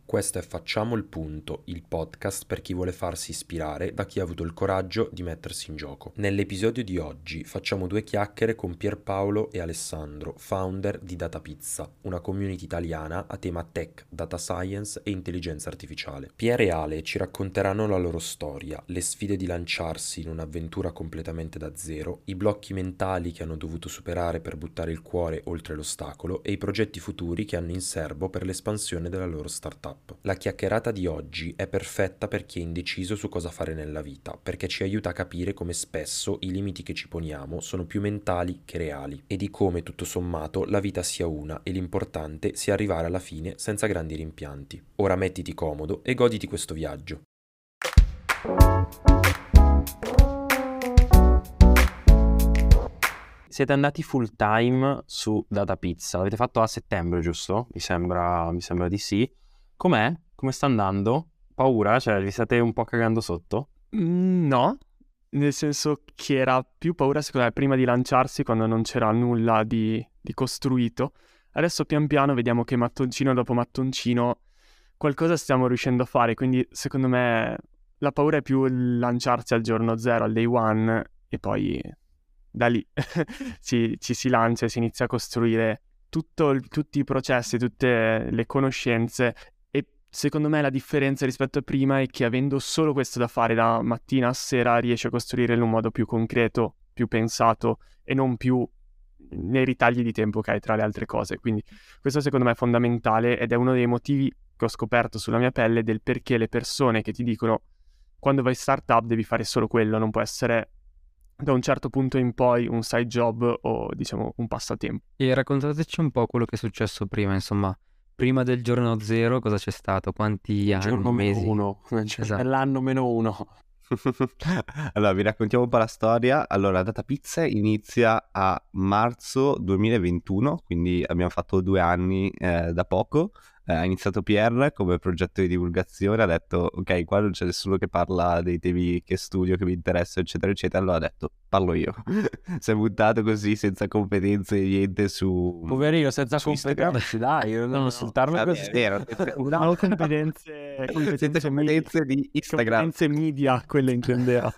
Questo è Facciamo il punto, il podcast per chi vuole farsi ispirare da chi ha avuto il coraggio di mettersi in gioco. Nell'episodio di oggi facciamo due chiacchiere con Pierpaolo e Alessandro, founder di Datapizza, una community italiana a tema tech, data science e intelligenza artificiale. Pier e Ale ci racconteranno la loro storia, le sfide di lanciarsi in un'avventura completamente da zero, i blocchi mentali che hanno dovuto superare per buttare il cuore oltre l'ostacolo e i progetti futuri che hanno in serbo per l'espansione della loro startup. La chiacchierata di oggi è perfetta per chi è indeciso su cosa fare nella vita, perché ci aiuta a capire come spesso i limiti che ci poniamo sono più mentali che reali e di come tutto sommato la vita sia una e l'importante sia arrivare alla fine senza grandi rimpianti. Ora mettiti comodo e goditi questo viaggio. Siete andati full time su Datapizza, l'avete fatto a settembre, giusto? Mi sembra di sì. Com'è? Come sta andando? Paura? Cioè, vi state un po' cagando sotto? No, nel senso che era più paura secondo me prima di lanciarsi, quando non c'era nulla di costruito. Adesso pian piano vediamo che mattoncino dopo mattoncino qualcosa stiamo riuscendo a fare, quindi secondo me la paura è più il lanciarsi al giorno zero, al day one, e poi da lì ci si lancia e si inizia a costruire tutti i processi, tutte le conoscenze. E secondo me la differenza rispetto a prima è che avendo solo questo da fare da mattina a sera riesci a costruire in un modo più concreto, più pensato e non più nei ritagli di tempo che hai tra le altre cose. Quindi questo secondo me è fondamentale ed è uno dei motivi che ho scoperto sulla mia pelle del perché le persone che ti dicono quando vai startup devi fare solo quello, non può essere da un certo punto in poi un side job o diciamo un passatempo. E raccontateci un po' quello che è successo prima, insomma, prima del giorno zero cosa c'è stato, quanti anni, Giorno mesi? meno uno, cioè Esatto. l'anno meno uno. Allora, vi raccontiamo un po' la storia. Allora, Datapizza inizia a marzo 2021, quindi abbiamo fatto 2 anni da poco. Ha iniziato Pier come progetto di divulgazione, ha detto ok, qua non c'è nessuno che parla dei temi che studio, che mi interessano, eccetera, eccetera. Allora ha detto parlo io. Si è buttato così senza competenze e niente su... Poverino, senza su Instagram. competenze, dai, non insultarmi Vabbè, così. è vero. No, competenze Senza competenze di Instagram. competenze media, quelle intendeva.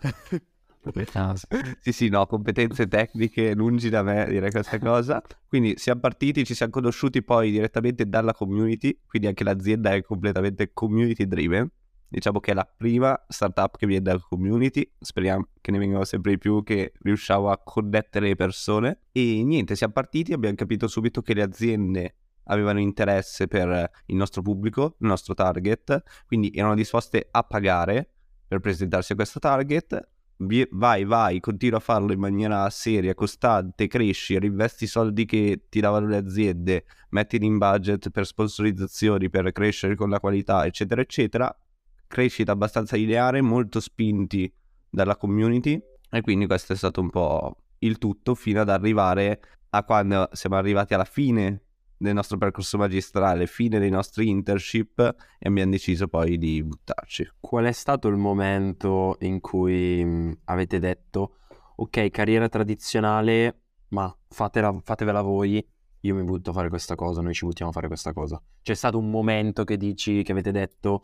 Sì, no, competenze tecniche, lungi da me dire questa cosa. Quindi siamo partiti, ci siamo conosciuti poi direttamente dalla community, quindi anche l'azienda è completamente community driven. Diciamo che è la prima startup che viene dalla community, speriamo che ne vengano sempre di più, che riusciamo a connettere le persone. E niente, siamo partiti, abbiamo capito subito che le aziende avevano interesse per il nostro pubblico, il nostro target, quindi erano disposte a pagare per presentarsi a questo target. Vai, continua a farlo in maniera seria, costante, cresci, reinvesti i soldi che ti davano le aziende, mettili in budget per sponsorizzazioni, per crescere con la qualità, eccetera, eccetera. Crescita abbastanza lineare, molto spinti dalla community, e quindi questo è stato un po' il tutto fino ad arrivare a quando siamo arrivati alla fine del nostro percorso magistrale, fine dei nostri internship, e abbiamo deciso poi di buttarci. Qual è stato il momento in cui avete detto ok, carriera tradizionale, ma fatevela voi, io mi butto a fare questa cosa, noi ci buttiamo a fare questa cosa? C'è stato un momento che dici, che avete detto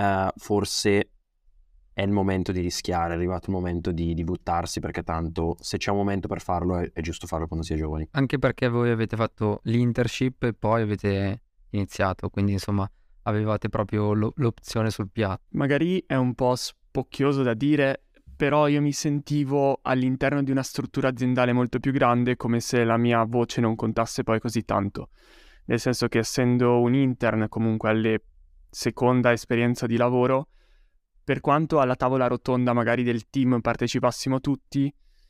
forse è il momento di rischiare, è arrivato il momento di buttarsi, perché tanto se c'è un momento per farlo è giusto farlo quando si è giovani. Anche perché voi avete fatto l'internship e poi avete iniziato, quindi insomma avevate proprio l'opzione sul piatto. Magari è un po' spocchioso da dire, però io mi sentivo all'interno di una struttura aziendale molto più grande, come se la mia voce non contasse poi così tanto. Nel senso che essendo un intern comunque alle seconda esperienza di lavoro, per quanto alla tavola rotonda magari del team partecipassimo tutti,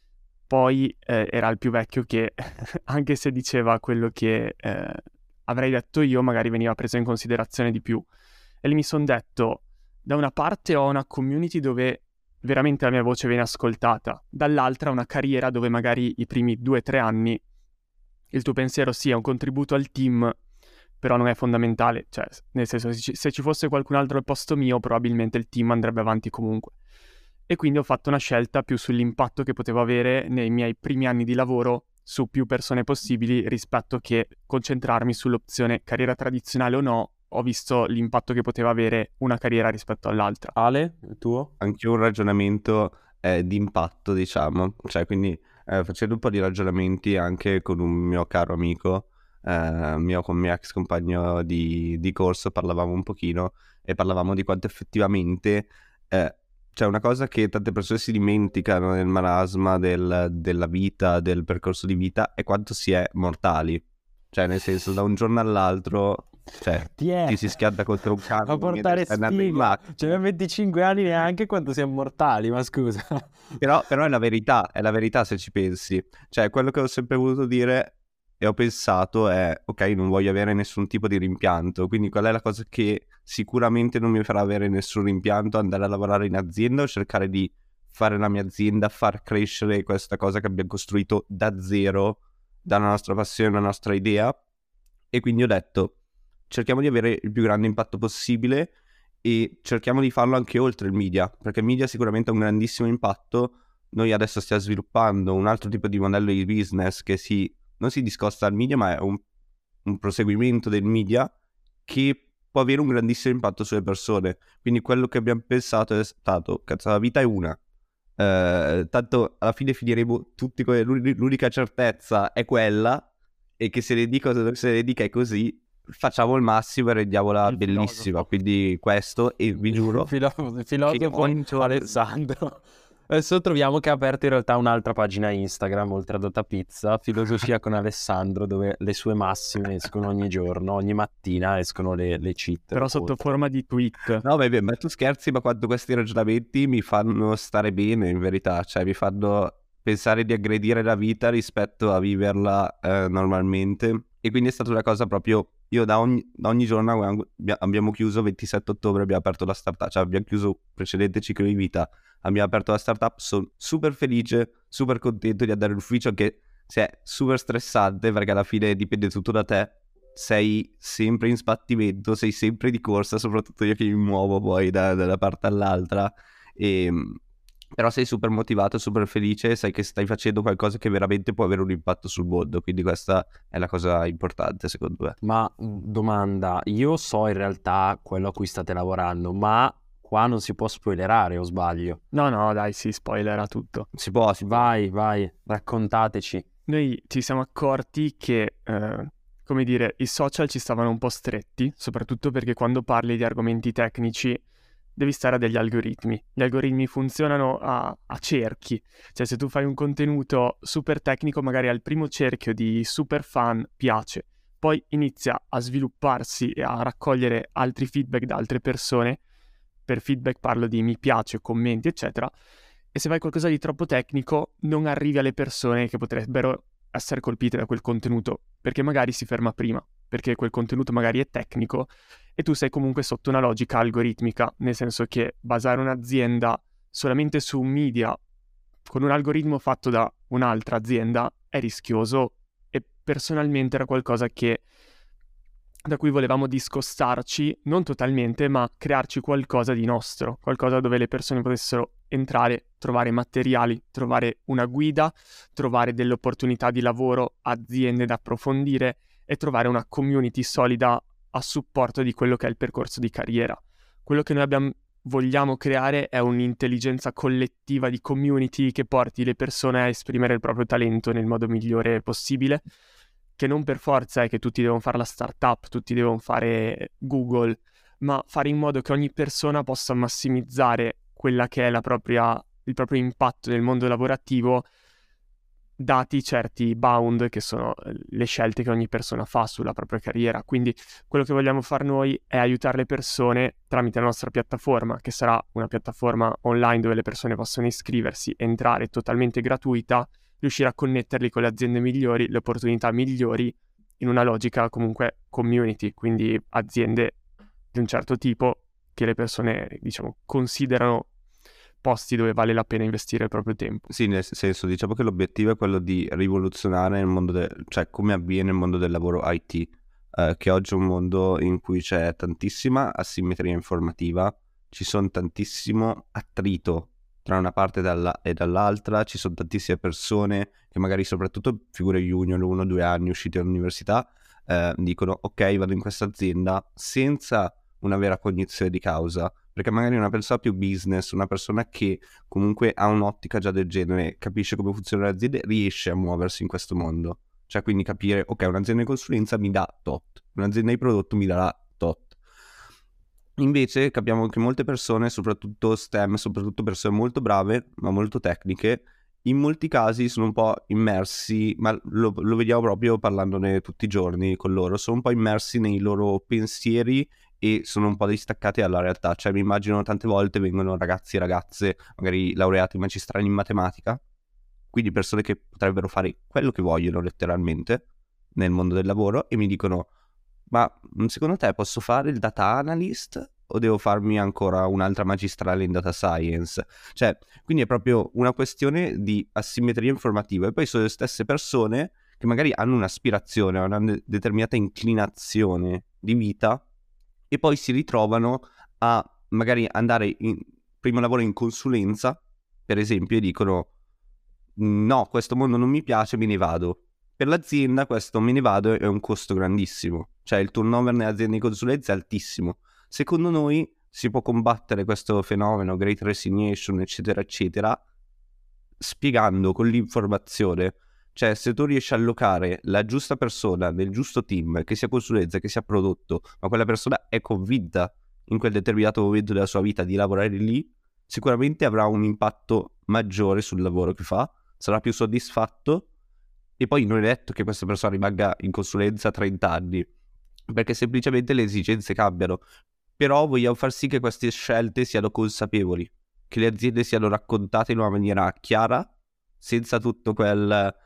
poi era il più vecchio che anche se diceva quello che avrei detto io, magari veniva preso in considerazione di più. E lì mi sono detto, da una parte ho una community dove veramente la mia voce viene ascoltata, dall'altra una carriera dove magari i primi 2-3 anni il tuo pensiero sia un contributo al team, però non è fondamentale, cioè nel senso se ci fosse qualcun altro al posto mio probabilmente il team andrebbe avanti comunque. E quindi ho fatto una scelta più sull'impatto che potevo avere nei miei primi anni di lavoro su più persone possibili, rispetto che concentrarmi sull'opzione carriera tradizionale o no, ho visto l'impatto che poteva avere una carriera rispetto all'altra. Ale, il tuo? Anche un ragionamento di impatto, diciamo, cioè quindi facendo un po' di ragionamenti anche con un mio caro amico, con mio ex compagno di corso, parlavamo un pochino e parlavamo di quanto effettivamente c'è una cosa che tante persone si dimenticano nel marasma della vita, del percorso di vita, è quanto si è mortali, cioè nel senso da un giorno all'altro, cioè ti si schianta contro un camion a portare mentre stai andando in sfiga. macchina. Cioè, a 25 anni neanche quanto siamo mortali, ma scusa. Però è la verità se ci pensi. Cioè, quello che ho sempre voluto dire e ho pensato è, ok, non voglio avere nessun tipo di rimpianto, quindi qual è la cosa che sicuramente non mi farà avere nessun rimpianto? Andare a lavorare in azienda o cercare di fare la mia azienda, far crescere questa cosa che abbiamo costruito da zero, dalla nostra passione, dalla nostra idea. E quindi ho detto, cerchiamo di avere il più grande impatto possibile e cerchiamo di farlo anche oltre il media, perché il media sicuramente ha un grandissimo impatto. Noi adesso stiamo sviluppando un altro tipo di modello di business che non si discosta dal media, ma è un proseguimento del media che può avere un grandissimo impatto sulle persone. Quindi quello che abbiamo pensato è stato, cazzo, la vita è una. Tanto alla fine finiremo tutti con l'unica certezza è quella, e che se ne dica è così, facciamo il massimo e rendiamola Il bellissima. filosofo. Quindi questo, e vi giuro Il che filosofo ogni giorno- Alessandro. Adesso troviamo che ha aperto in realtà un'altra pagina Instagram, oltre a Dota Pizza, Filosofia con Alessandro, dove le sue massime escono ogni giorno, ogni mattina escono le cheat. Però sotto forma di tweet. No, beh, ma tu scherzi, ma quando questi ragionamenti mi fanno stare bene, in verità, cioè mi fanno pensare di aggredire la vita rispetto a viverla normalmente. E quindi è stata una cosa proprio, io da ogni giorno, abbiamo chiuso 27 ottobre, abbiamo aperto la startup, cioè abbiamo chiuso il precedente ciclo di vita, abbiamo aperto la startup, sono super felice, super contento di andare all'ufficio, anche se è super stressante, perché alla fine dipende tutto da te. Sei sempre in sbattimento, sei sempre di corsa, soprattutto io che mi muovo poi da una parte all'altra, però sei super motivato, super felice, sai che stai facendo qualcosa che veramente può avere un impatto sul mondo, quindi questa è la cosa importante secondo me. Ma domanda, io so in realtà quello a cui state lavorando, ma qua non si può spoilerare, o sbaglio? No, dai, si spoilerà tutto. Si può. Vai, raccontateci. Noi ci siamo accorti che, come dire, i social ci stavano un po' stretti, soprattutto perché quando parli di argomenti tecnici devi stare a degli algoritmi. Gli algoritmi funzionano a cerchi, cioè se tu fai un contenuto super tecnico magari al primo cerchio di super fan piace, poi inizia a svilupparsi e a raccogliere altri feedback da altre persone. Per feedback parlo di mi piace, commenti eccetera, e se fai qualcosa di troppo tecnico non arrivi alle persone che potrebbero essere colpite da quel contenuto, perché magari si ferma prima, perché quel contenuto magari è tecnico e tu sei comunque sotto una logica algoritmica, nel senso che basare un'azienda solamente su un media con un algoritmo fatto da un'altra azienda è rischioso, e personalmente era qualcosa da cui volevamo discostarci, non totalmente, ma crearci qualcosa di nostro, qualcosa dove le persone potessero entrare, trovare materiali, trovare una guida, trovare delle opportunità di lavoro, aziende da approfondire e trovare una community solida a supporto di quello che è il percorso di carriera. Quello che noi vogliamo creare è un'intelligenza collettiva di community che porti le persone a esprimere il proprio talento nel modo migliore possibile, che non per forza è che tutti devono fare la startup, tutti devono fare Google, ma fare in modo che ogni persona possa massimizzare quella che è il proprio impatto nel mondo lavorativo, dati certi bound che sono le scelte che ogni persona fa sulla propria carriera. Quindi quello che vogliamo fare noi è aiutare le persone tramite la nostra piattaforma, che sarà una piattaforma online dove le persone possono iscriversi, entrare totalmente gratuita, riuscire a connetterli con le aziende migliori, le opportunità migliori, in una logica comunque community, quindi aziende di un certo tipo che le persone, diciamo, considerano posti dove vale la pena investire il proprio tempo. Sì, nel senso, diciamo che l'obiettivo è quello di rivoluzionare il mondo cioè come avviene il mondo del lavoro IT, che oggi è un mondo in cui c'è tantissima asimmetria informativa, ci sono tantissimo attrito tra una parte e dall'altra, ci sono tantissime persone che magari, soprattutto figure junior, 1 o 2 anni uscite dall'università, dicono ok, vado in questa azienda senza una vera cognizione di causa, perché magari una persona più business, una persona che comunque ha un'ottica già del genere, capisce come funzionano le aziende, riesce a muoversi in questo mondo. Cioè quindi capire, ok, un'azienda di consulenza mi dà tot, un'azienda di prodotto mi darà tot. Invece capiamo che molte persone, soprattutto STEM, soprattutto persone molto brave, ma molto tecniche, in molti casi sono un po' immersi, ma lo vediamo proprio parlandone tutti i giorni con loro, sono un po' immersi nei loro pensieri e sono un po' distaccati dalla realtà. Cioè mi immagino tante volte vengono ragazzi e ragazze, magari laureati magistrali in matematica, quindi persone che potrebbero fare quello che vogliono letteralmente nel mondo del lavoro, e mi dicono: ma secondo te posso fare il data analyst o devo farmi ancora un'altra magistrale in data science? Cioè, quindi è proprio una questione di asimmetria informativa, e poi sono le stesse persone che magari hanno un'aspirazione, una determinata inclinazione di vita, e poi si ritrovano a magari andare in primo lavoro in consulenza, per esempio, e dicono: no, questo mondo non mi piace, me ne vado. Per l'azienda questo me ne vado è un costo grandissimo, cioè il turnover nelle aziende di consulenza è altissimo. Secondo noi si può combattere questo fenomeno, Great Resignation, eccetera, eccetera, spiegando con l'informazione. Cioè, se tu riesci a allocare la giusta persona nel giusto team, che sia consulenza, che sia prodotto, ma quella persona è convinta in quel determinato momento della sua vita di lavorare lì, sicuramente avrà un impatto maggiore sul lavoro che fa, sarà più soddisfatto, e poi non è detto che questa persona rimanga in consulenza 30 anni, perché semplicemente le esigenze cambiano. Però vogliamo far sì che queste scelte siano consapevoli, che le aziende siano raccontate in una maniera chiara, senza tutto quel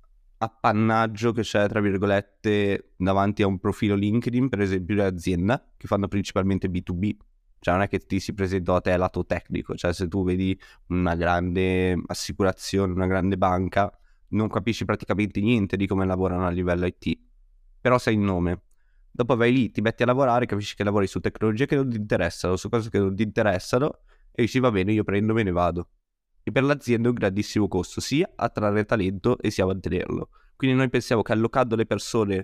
appannaggio che c'è, tra virgolette, davanti a un profilo LinkedIn, per esempio, di un'azienda che fanno principalmente B2B. Cioè non è che ti si presenta a te lato tecnico, cioè se tu vedi una grande assicurazione, una grande banca, non capisci praticamente niente di come lavorano a livello IT, però sai il nome. Dopo vai lì, ti metti a lavorare, capisci che lavori su tecnologie che non ti interessano, su cose che non ti interessano, e dici va bene, io prendo, me ne vado. E per l'azienda è un grandissimo costo, sia attrarre talento e sia mantenerlo. Quindi noi pensiamo che allocando le persone,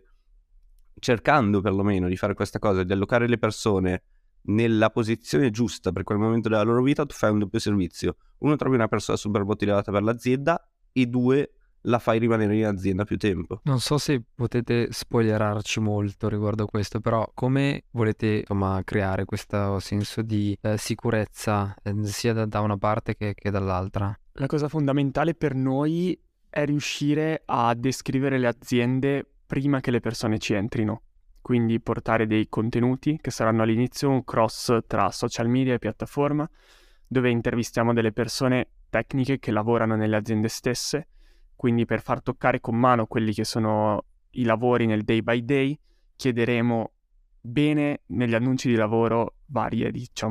cercando perlomeno di fare questa cosa, di allocare le persone nella posizione giusta per quel momento della loro vita, tu fai un doppio servizio. Uno, trovi una persona super motivata per l'azienda, e due, la fai rimanere in azienda più tempo. Non so se potete spoilerarci molto riguardo a questo, però come volete insomma creare questo senso di sicurezza sia da una parte che dall'altra? La cosa fondamentale per noi è riuscire a descrivere le aziende prima che le persone ci entrino. Quindi portare dei contenuti che saranno all'inizio un cross tra social media e piattaforma, dove intervistiamo delle persone tecniche che lavorano nelle aziende stesse, quindi per far toccare con mano quelli che sono i lavori nel day by day, chiederemo bene negli annunci di lavoro vari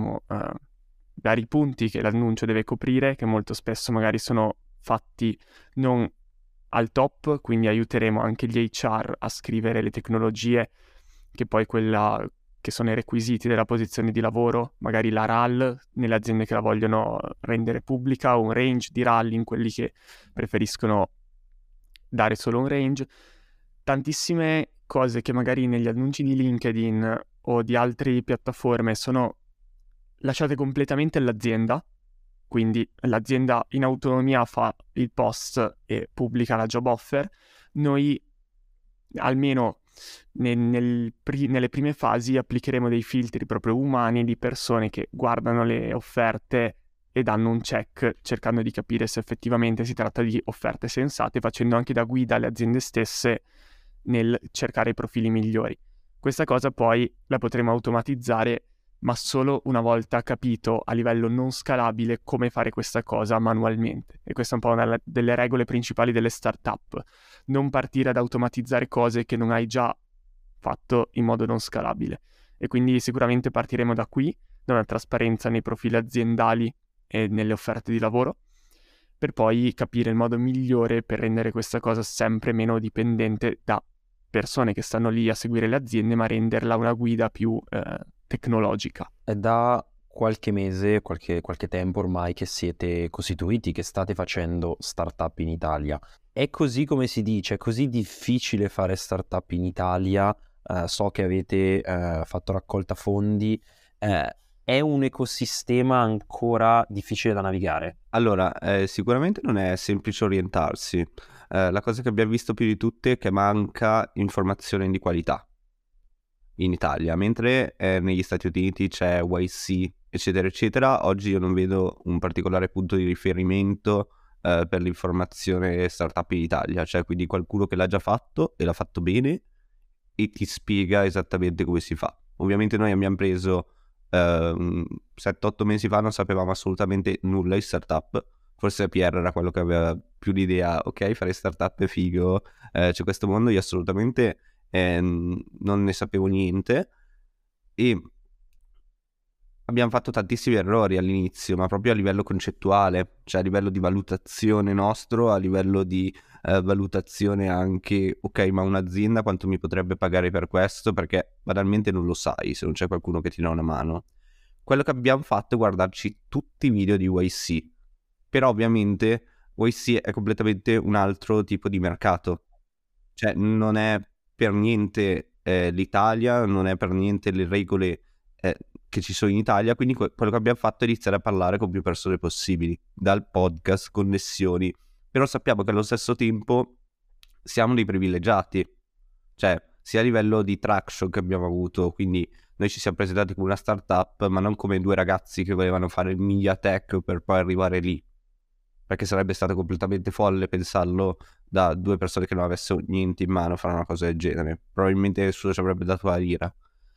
punti che l'annuncio deve coprire, che molto spesso magari sono fatti non al top, quindi aiuteremo anche gli HR a scrivere le tecnologie, che poi quella che sono i requisiti della posizione di lavoro, magari la RAL nelle aziende che la vogliono rendere pubblica, o un range di RAL in quelli che preferiscono dare solo un range. Tantissime cose che magari negli annunci di LinkedIn o di altre piattaforme sono lasciate completamente all'azienda, quindi l'azienda in autonomia fa il post e pubblica la job offer. Noi almeno nelle prime fasi applicheremo dei filtri proprio umani di persone che guardano le offerte e danno un check cercando di capire se effettivamente si tratta di offerte sensate, facendo anche da guida alle aziende stesse nel cercare i profili migliori. Questa cosa poi la potremo automatizzare, ma solo una volta capito a livello non scalabile come fare questa cosa manualmente. E questa è un po' una delle regole principali delle startup: non partire ad automatizzare cose che non hai già fatto in modo non scalabile. E quindi sicuramente partiremo da qui, da una trasparenza nei profili aziendali e nelle offerte di lavoro, per poi capire il modo migliore per rendere questa cosa sempre meno dipendente da persone che stanno lì a seguire le aziende, ma renderla una guida più tecnologica. È da qualche mese, qualche tempo ormai che siete costituiti, che state facendo startup in Italia. È così come si dice, è così difficile fare startup in Italia. So che avete fatto raccolta fondi. È un ecosistema ancora difficile da navigare. Allora, sicuramente non è semplice orientarsi. La cosa che abbiamo visto più di tutte è che manca informazione di qualità in Italia, mentre negli Stati Uniti c'è YC, eccetera, eccetera. Oggi io non vedo un particolare punto di riferimento per l'informazione startup in Italia, cioè quindi qualcuno che l'ha già fatto e l'ha fatto bene e ti spiega esattamente come si fa. Ovviamente noi abbiamo preso 7-8 mesi fa, non sapevamo assolutamente nulla di startup. Forse Pierre era quello che aveva più l'idea, ok, fare startup è figo, c'è questo mondo. Io assolutamente non ne sapevo niente e abbiamo fatto tantissimi errori all'inizio, ma proprio a livello concettuale, cioè a livello di valutazione nostro, a livello di valutazione anche, ok, ma un'azienda quanto mi potrebbe pagare per questo? Perché banalmente non lo sai se non c'è qualcuno che ti dà una mano. Quello che abbiamo fatto è guardarci tutti i video di YC, però ovviamente YC è completamente un altro tipo di mercato, cioè non è per niente l'Italia, non è per niente le regole che ci sono in Italia, quindi quello che abbiamo fatto è iniziare a parlare con più persone possibili, dal podcast, connessioni, però sappiamo che allo stesso tempo siamo dei privilegiati, cioè sia a livello di traction che abbiamo avuto, quindi noi ci siamo presentati come una startup, ma non come due ragazzi che volevano fare il media tech per poi arrivare lì, perché sarebbe stato completamente folle pensarlo da due persone che non avessero niente in mano fare una cosa del genere. Probabilmente nessuno ci avrebbe dato la lira.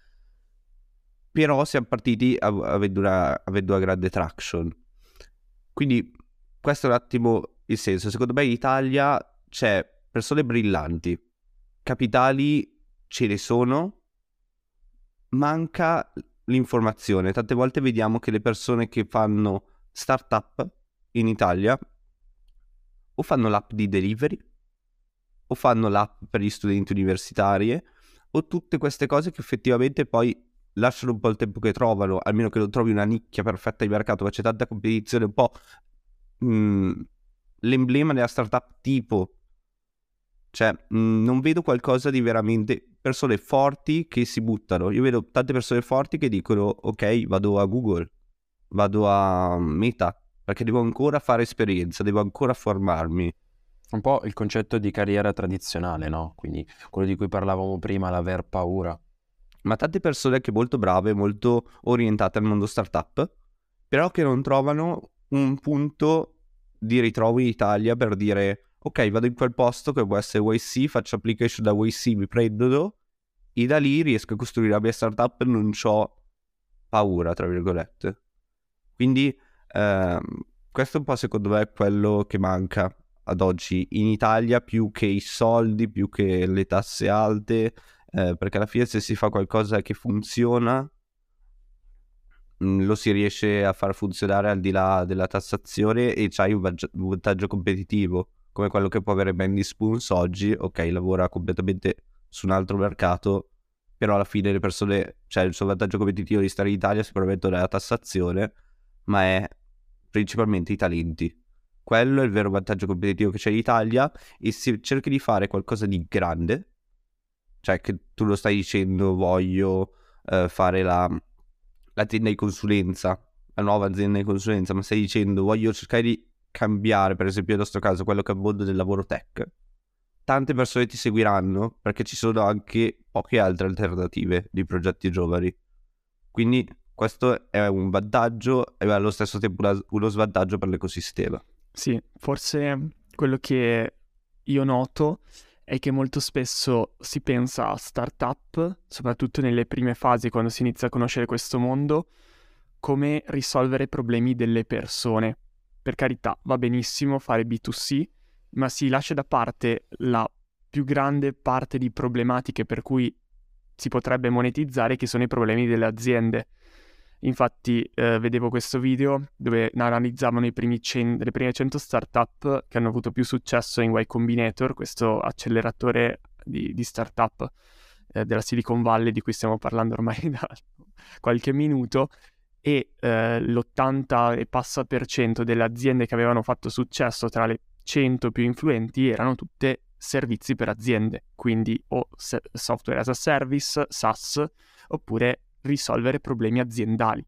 Però siamo partiti avendo una grande traction. Quindi questo è un attimo il senso. Secondo me in Italia c'è persone brillanti, capitali ce ne sono, manca l'informazione. Tante volte vediamo che le persone che fanno startup in Italia o fanno l'app di delivery o fanno l'app per gli studenti universitari o tutte queste cose che effettivamente poi lasciano un po' il tempo che trovano, almeno che non trovi una nicchia perfetta di mercato, ma c'è tanta competizione, un po' l'emblema della startup tipo, cioè non vedo qualcosa di veramente persone forti che si buttano. Io vedo tante persone forti che dicono ok, vado a Google, vado a Meta, perché devo ancora fare esperienza, devo ancora formarmi. Un po' il concetto di carriera tradizionale, no? Quindi quello di cui parlavamo prima, l'aver paura. Ma tante persone anche molto brave, molto orientate al mondo startup, però che non trovano un punto di ritrovo in Italia per dire ok, vado in quel posto che può essere YC, faccio application da YC, mi prendono e da lì riesco a costruire la mia startup e non ho paura, tra virgolette. Quindi questo è un po' secondo me quello che manca ad oggi in Italia, più che i soldi, più che le tasse alte, perché alla fine se si fa qualcosa che funziona lo si riesce a far funzionare al di là della tassazione e c'hai un vantaggio competitivo come quello che può avere Bendy Spoons oggi. Ok, lavora completamente su un altro mercato, però alla fine le persone, cioè il suo vantaggio competitivo di stare in Italia sicuramente non è la tassazione, ma è principalmente i talenti. Quello è il vero vantaggio competitivo che c'è in Italia, e se cerchi di fare qualcosa di grande, cioè che tu lo stai dicendo voglio fare l'azienda di consulenza, la nuova azienda di consulenza, ma stai dicendo voglio cercare di cambiare, per esempio nel nostro caso, quello che è il mondo del lavoro tech, tante persone ti seguiranno perché ci sono anche poche altre alternative di progetti giovani. Quindi questo è un vantaggio e allo stesso tempo uno svantaggio per l'ecosistema. Sì, forse quello che io noto è che molto spesso si pensa a startup, soprattutto nelle prime fasi quando si inizia a conoscere questo mondo, come risolvere problemi delle persone. Per carità, va benissimo fare B2C, ma si lascia da parte la più grande parte di problematiche per cui si potrebbe monetizzare, che sono i problemi delle aziende. Infatti vedevo questo video dove analizzavano le prime 100 startup che hanno avuto più successo in Y Combinator, questo acceleratore di startup della Silicon Valley di cui stiamo parlando ormai da qualche minuto, e l'80 e passa per cento delle aziende che avevano fatto successo tra le 100 più influenti erano tutte servizi per aziende, quindi o software as a service, SaaS, oppure risolvere problemi aziendali.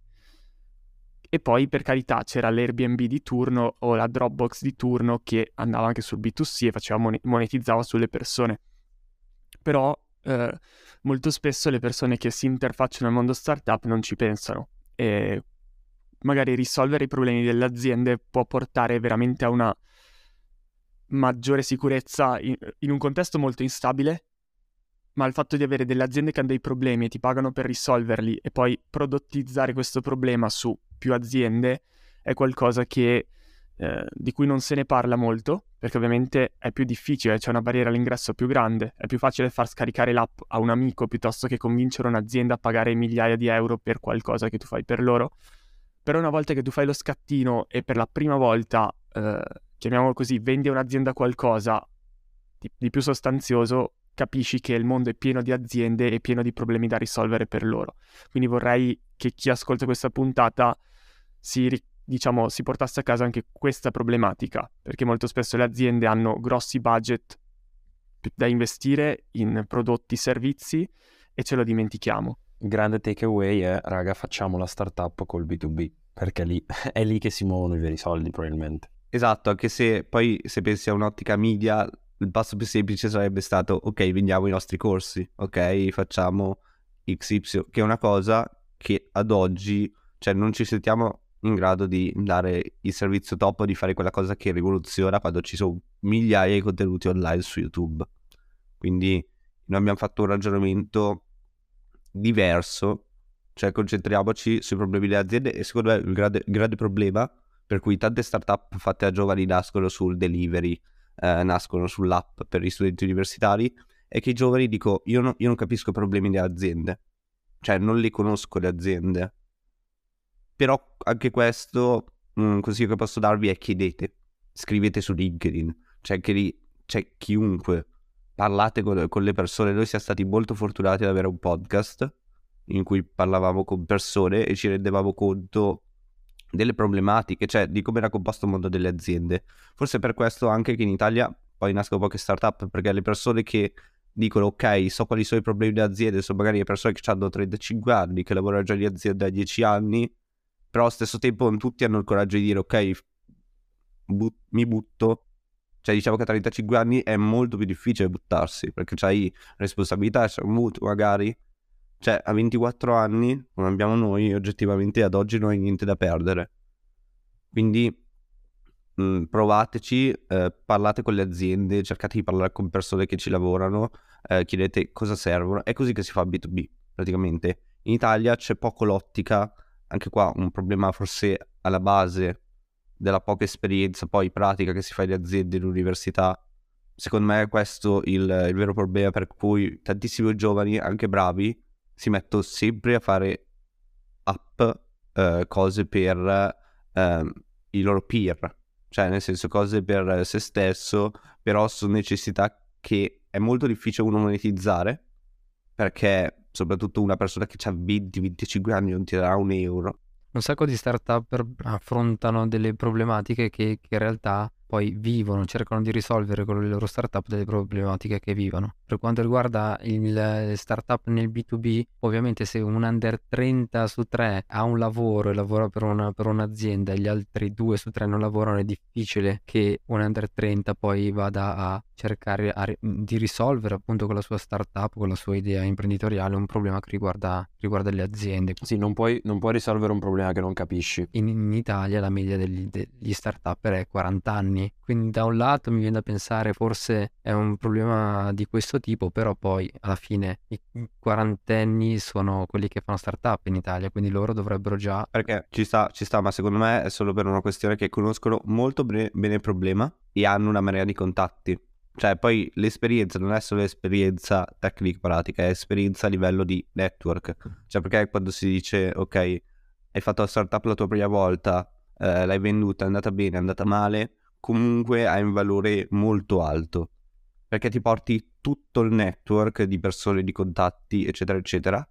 E poi, per carità, c'era l'Airbnb di turno o la Dropbox di turno che andava anche sul B2C e monetizzava sulle persone. Però molto spesso le persone che si interfacciano al mondo startup non ci pensano, e magari risolvere i problemi delle aziende può portare veramente a una maggiore sicurezza in un contesto molto instabile, ma il fatto di avere delle aziende che hanno dei problemi e ti pagano per risolverli e poi prodottizzare questo problema su più aziende è qualcosa di cui non se ne parla molto, perché ovviamente è più difficile, c'è una barriera all'ingresso più grande, è più facile far scaricare l'app a un amico piuttosto che convincere un'azienda a pagare migliaia di euro per qualcosa che tu fai per loro. Però una volta che tu fai lo scattino e per la prima volta, chiamiamolo così, vendi a un'azienda qualcosa di più sostanzioso, capisci che il mondo è pieno di aziende e pieno di problemi da risolvere per loro. Quindi vorrei che chi ascolta questa puntata si portasse a casa anche questa problematica, perché molto spesso le aziende hanno grossi budget da investire in prodotti, servizi e ce lo dimentichiamo. Il grande takeaway è, raga, facciamo la startup col B2B, perché è lì che si muovono i veri soldi probabilmente. Esatto, anche se poi se pensi a un'ottica media, il passo più semplice sarebbe stato: ok, vendiamo i nostri corsi, ok, facciamo XY, che è una cosa che ad oggi, cioè, non ci sentiamo in grado di dare il servizio top, di fare quella cosa che rivoluziona quando ci sono migliaia di contenuti online su YouTube. Quindi noi abbiamo fatto un ragionamento diverso, cioè concentriamoci sui problemi delle aziende, e secondo me il grande problema per cui tante startup fatte da giovani nascono sul delivery, nascono sull'app per gli studenti universitari, è che i giovani io non capisco i problemi delle aziende, cioè non le conosco le aziende. Però anche questo, un consiglio che posso darvi è: chiedete, scrivete su LinkedIn, cioè che lì c'è chiunque, parlate con le persone. Noi siamo stati molto fortunati ad avere un podcast in cui parlavamo con persone e ci rendevamo conto delle problematiche, cioè di come era composto il mondo delle aziende. Forse per questo anche che in Italia poi nascono poche startup, perché le persone che dicono ok, so quali sono i problemi delle aziende, sono magari le persone che hanno 35 anni, che lavorano già in azienda da 10 anni, però allo stesso tempo non tutti hanno il coraggio di dire ok, mi butto. Cioè diciamo che a 35 anni è molto più difficile buttarsi, perché c'hai responsabilità, c'è un mutuo magari. Cioè a 24 anni, come abbiamo noi, oggettivamente ad oggi non hai niente da perdere. Quindi provateci, parlate con le aziende, cercate di parlare con persone che ci lavorano, chiedete cosa servono. È così che si fa B2B praticamente. In Italia c'è poco l'ottica, anche qua un problema forse alla base della poca esperienza poi pratica che si fa in aziende e in università. Secondo me è questo il vero problema per cui tantissimi giovani, anche bravi, si mettono sempre a fare app, cose per i loro peer, cioè nel senso cose per se stesso, però sono necessità che è molto difficile uno monetizzare, perché soprattutto una persona che ha 20-25 anni non ti darà un euro. Un sacco di startup affrontano delle problematiche che in realtà poi vivono, cercano di risolvere con le loro startup delle problematiche che vivono. Per quanto riguarda il startup nel B2B, ovviamente se un under 30 su 3 ha un lavoro e lavora per un'azienda e gli altri 2 su 3 non lavorano, è difficile che un under 30 poi vada a cercare di risolvere appunto con la sua startup, con la sua idea imprenditoriale, un problema che riguarda le aziende. Sì, non puoi risolvere un problema che non capisci. In Italia la media degli startupper è 40 anni, quindi da un lato mi viene da pensare forse è un problema di questo tipo, però poi alla fine i quarantenni sono quelli che fanno startup in Italia, quindi loro dovrebbero già... Perché ci sta, ma secondo me è solo per una questione che conoscono molto bene il problema e hanno una marea di contatti. Cioè poi l'esperienza non è solo esperienza tecnica pratica, è esperienza a livello di network. Cioè perché quando si dice ok, hai fatto la startup la tua prima volta, l'hai venduta, è andata bene, è andata male, comunque hai un valore molto alto, perché ti porti tutto il network di persone, di contatti, eccetera eccetera,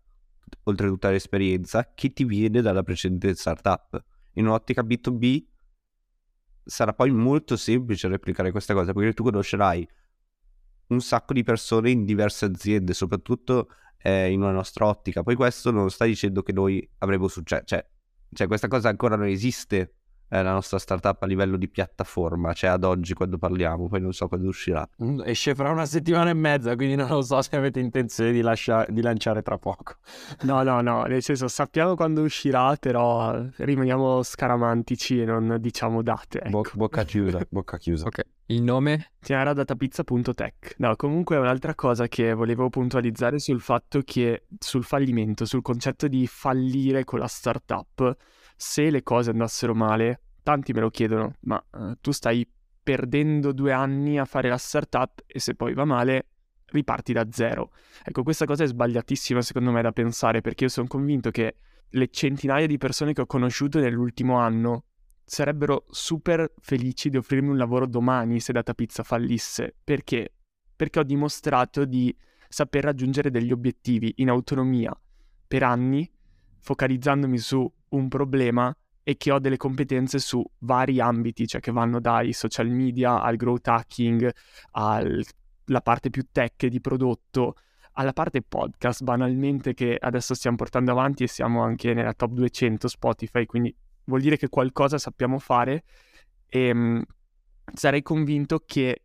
oltretutto l'esperienza che ti viene dalla precedente startup. In un'ottica B2B sarà poi molto semplice replicare questa cosa, perché tu conoscerai un sacco di persone in diverse aziende, soprattutto in una nostra ottica. Poi questo non sta dicendo che noi avremo successo, cioè questa cosa ancora non esiste, la nostra startup a livello di piattaforma, cioè ad oggi quando parliamo, poi non so quando uscirà. Esce fra 1 settimana e mezza, quindi non lo so se avete intenzione di lanciare tra poco. No, nel senso sappiamo quando uscirà, però rimaniamo scaramantici e non diciamo date, ecco. Bocca chiusa, bocca chiusa. Ok, il nome? Tiaradatapizza.tech. No, comunque un'altra cosa che volevo puntualizzare sul fatto che sul fallimento, sul concetto di fallire con la startup, se le cose andassero male, tanti me lo chiedono, ma tu stai perdendo 2 anni a fare la startup e se poi va male riparti da zero. Ecco, questa cosa è sbagliatissima secondo me da pensare, perché io sono convinto che le centinaia di persone che ho conosciuto nell'ultimo anno sarebbero super felici di offrirmi un lavoro domani se Datapizza fallisse. Perché? Perché ho dimostrato di saper raggiungere degli obiettivi in autonomia per anni, focalizzandomi su un problema e che ho delle competenze su vari ambiti, cioè che vanno dai social media al growth hacking, alla parte più tech di prodotto, alla parte podcast banalmente che adesso stiamo portando avanti e siamo anche nella top 200 Spotify, quindi vuol dire che qualcosa sappiamo fare e sarei convinto che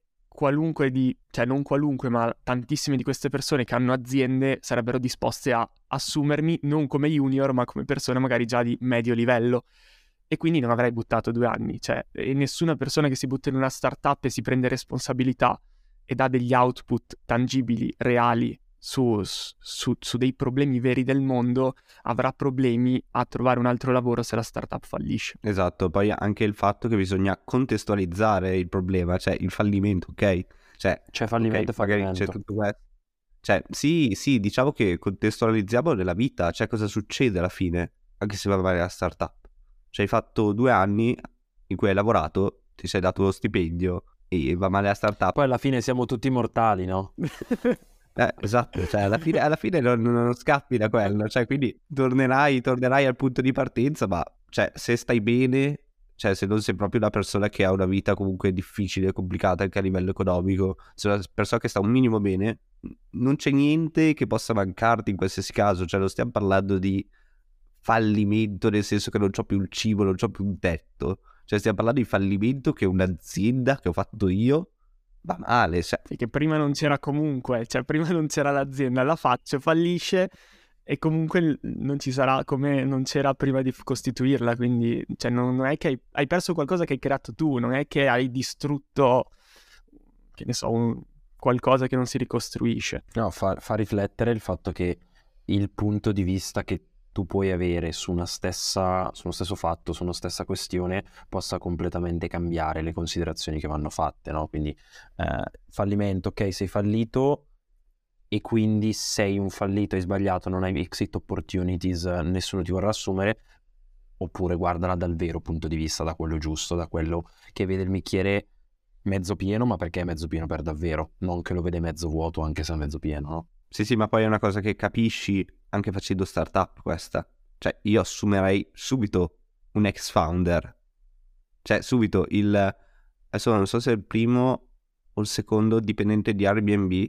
non qualunque, ma tantissime di queste persone che hanno aziende sarebbero disposte a assumermi non come junior, ma come persona magari già di medio livello. E quindi non avrei buttato 2 anni, e nessuna persona che si butta in una startup e si prende responsabilità e dà degli output tangibili, reali, su dei problemi veri del mondo, avrà problemi a trovare un altro lavoro se la startup fallisce. Esatto, poi anche il fatto che bisogna contestualizzare il problema, cioè il fallimento, ok? C'è fallimento e magari fallimento. c'è tutto questo. Cioè, sì, diciamo che contestualizziamo nella vita, cioè cosa succede alla fine, anche se va male la startup. Cioè hai fatto 2 anni in cui hai lavorato, ti sei dato lo stipendio e va male la startup. Poi alla fine siamo tutti mortali, no? Esatto, cioè alla fine non scappi da quello, cioè quindi tornerai al punto di partenza, ma cioè se stai bene, cioè se non sei proprio una persona che ha una vita comunque difficile, complicata anche a livello economico, se una persona che sta un minimo bene, non c'è niente che possa mancarti in qualsiasi caso, cioè non stiamo parlando di fallimento nel senso che non c'ho più il cibo, non c'ho più un tetto, cioè stiamo parlando di fallimento che un'azienda che ho fatto io va male, cioè. Che prima non c'era comunque, cioè prima non c'era l'azienda, la faccio, fallisce e comunque non ci sarà come non c'era prima di costituirla, quindi cioè, non è che hai perso qualcosa che hai creato tu, non è che hai distrutto, che ne so, qualcosa che non si ricostruisce. No, fa riflettere il fatto che il punto di vista che tu puoi avere su uno stesso fatto, su una stessa questione, possa completamente cambiare le considerazioni che vanno fatte, no? Quindi fallimento, ok, sei fallito e quindi sei un fallito, hai sbagliato, non hai exit opportunities, nessuno ti vorrà assumere, oppure guardala dal vero punto di vista, da quello giusto, da quello che vede il bicchiere mezzo pieno, ma perché è mezzo pieno per davvero, non che lo vede mezzo vuoto anche se è mezzo pieno, no? Sì, ma poi è una cosa che capisci anche facendo startup questa. Cioè, io assumerei subito un ex founder. Cioè, subito adesso non so se è il primo o il secondo dipendente di Airbnb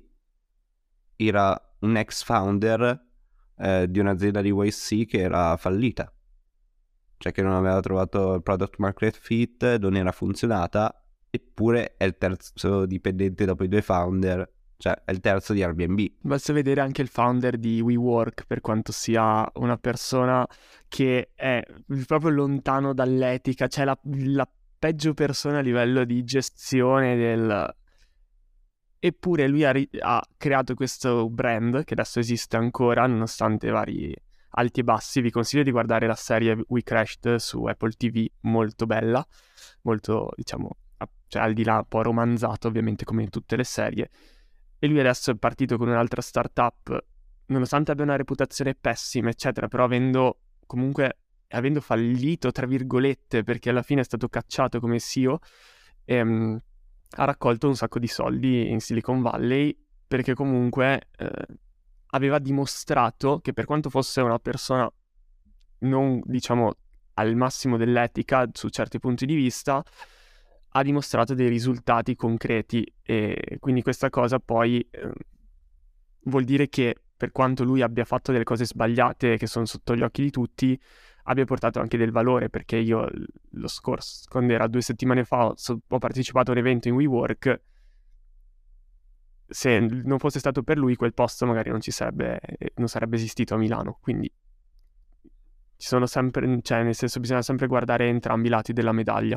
era un ex founder di un'azienda di YC che era fallita. Cioè, che non aveva trovato il product market fit, non era funzionata, eppure è il terzo dipendente dopo i 2 founder. Cioè, è il terzo di Airbnb. Basta vedere anche il founder di WeWork, per quanto sia una persona che è proprio lontano dall'etica, cioè la peggio persona a livello di gestione del... Eppure lui ha creato questo brand, che adesso esiste ancora, nonostante vari alti e bassi. Vi consiglio di guardare la serie We Crashed su Apple TV, molto bella, molto, diciamo, cioè al di là un po' romanzato, ovviamente, come in tutte le serie. E lui adesso è partito con un'altra startup, nonostante abbia una reputazione pessima, eccetera, però avendo fallito, tra virgolette, perché alla fine è stato cacciato come CEO, ha raccolto un sacco di soldi in Silicon Valley, perché comunque aveva dimostrato che, per quanto fosse una persona non, diciamo, al massimo dell'etica su certi punti di vista, ha dimostrato dei risultati concreti, e quindi questa cosa poi vuol dire che, per quanto lui abbia fatto delle cose sbagliate che sono sotto gli occhi di tutti, abbia portato anche del valore, perché io lo scorso, quando era 2 settimane fa, ho partecipato a un evento in WeWork. Se non fosse stato per lui, quel posto magari non sarebbe esistito a Milano. Quindi ci sono sempre, cioè, nel senso, bisogna sempre guardare entrambi i lati della medaglia.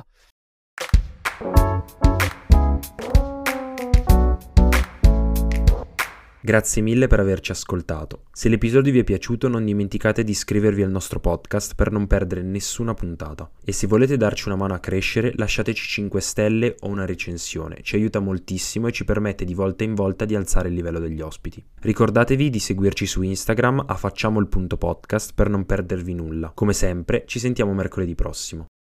Grazie mille per averci ascoltato. Se l'episodio vi è piaciuto, non dimenticate di iscrivervi al nostro podcast per non perdere nessuna puntata. E se volete darci una mano a crescere, lasciateci 5 stelle o una recensione. Ci aiuta moltissimo e ci permette di volta in volta di alzare il livello degli ospiti. Ricordatevi di seguirci su Instagram a facciamo il punto podcast per non perdervi nulla. Come sempre, ci sentiamo mercoledì prossimo.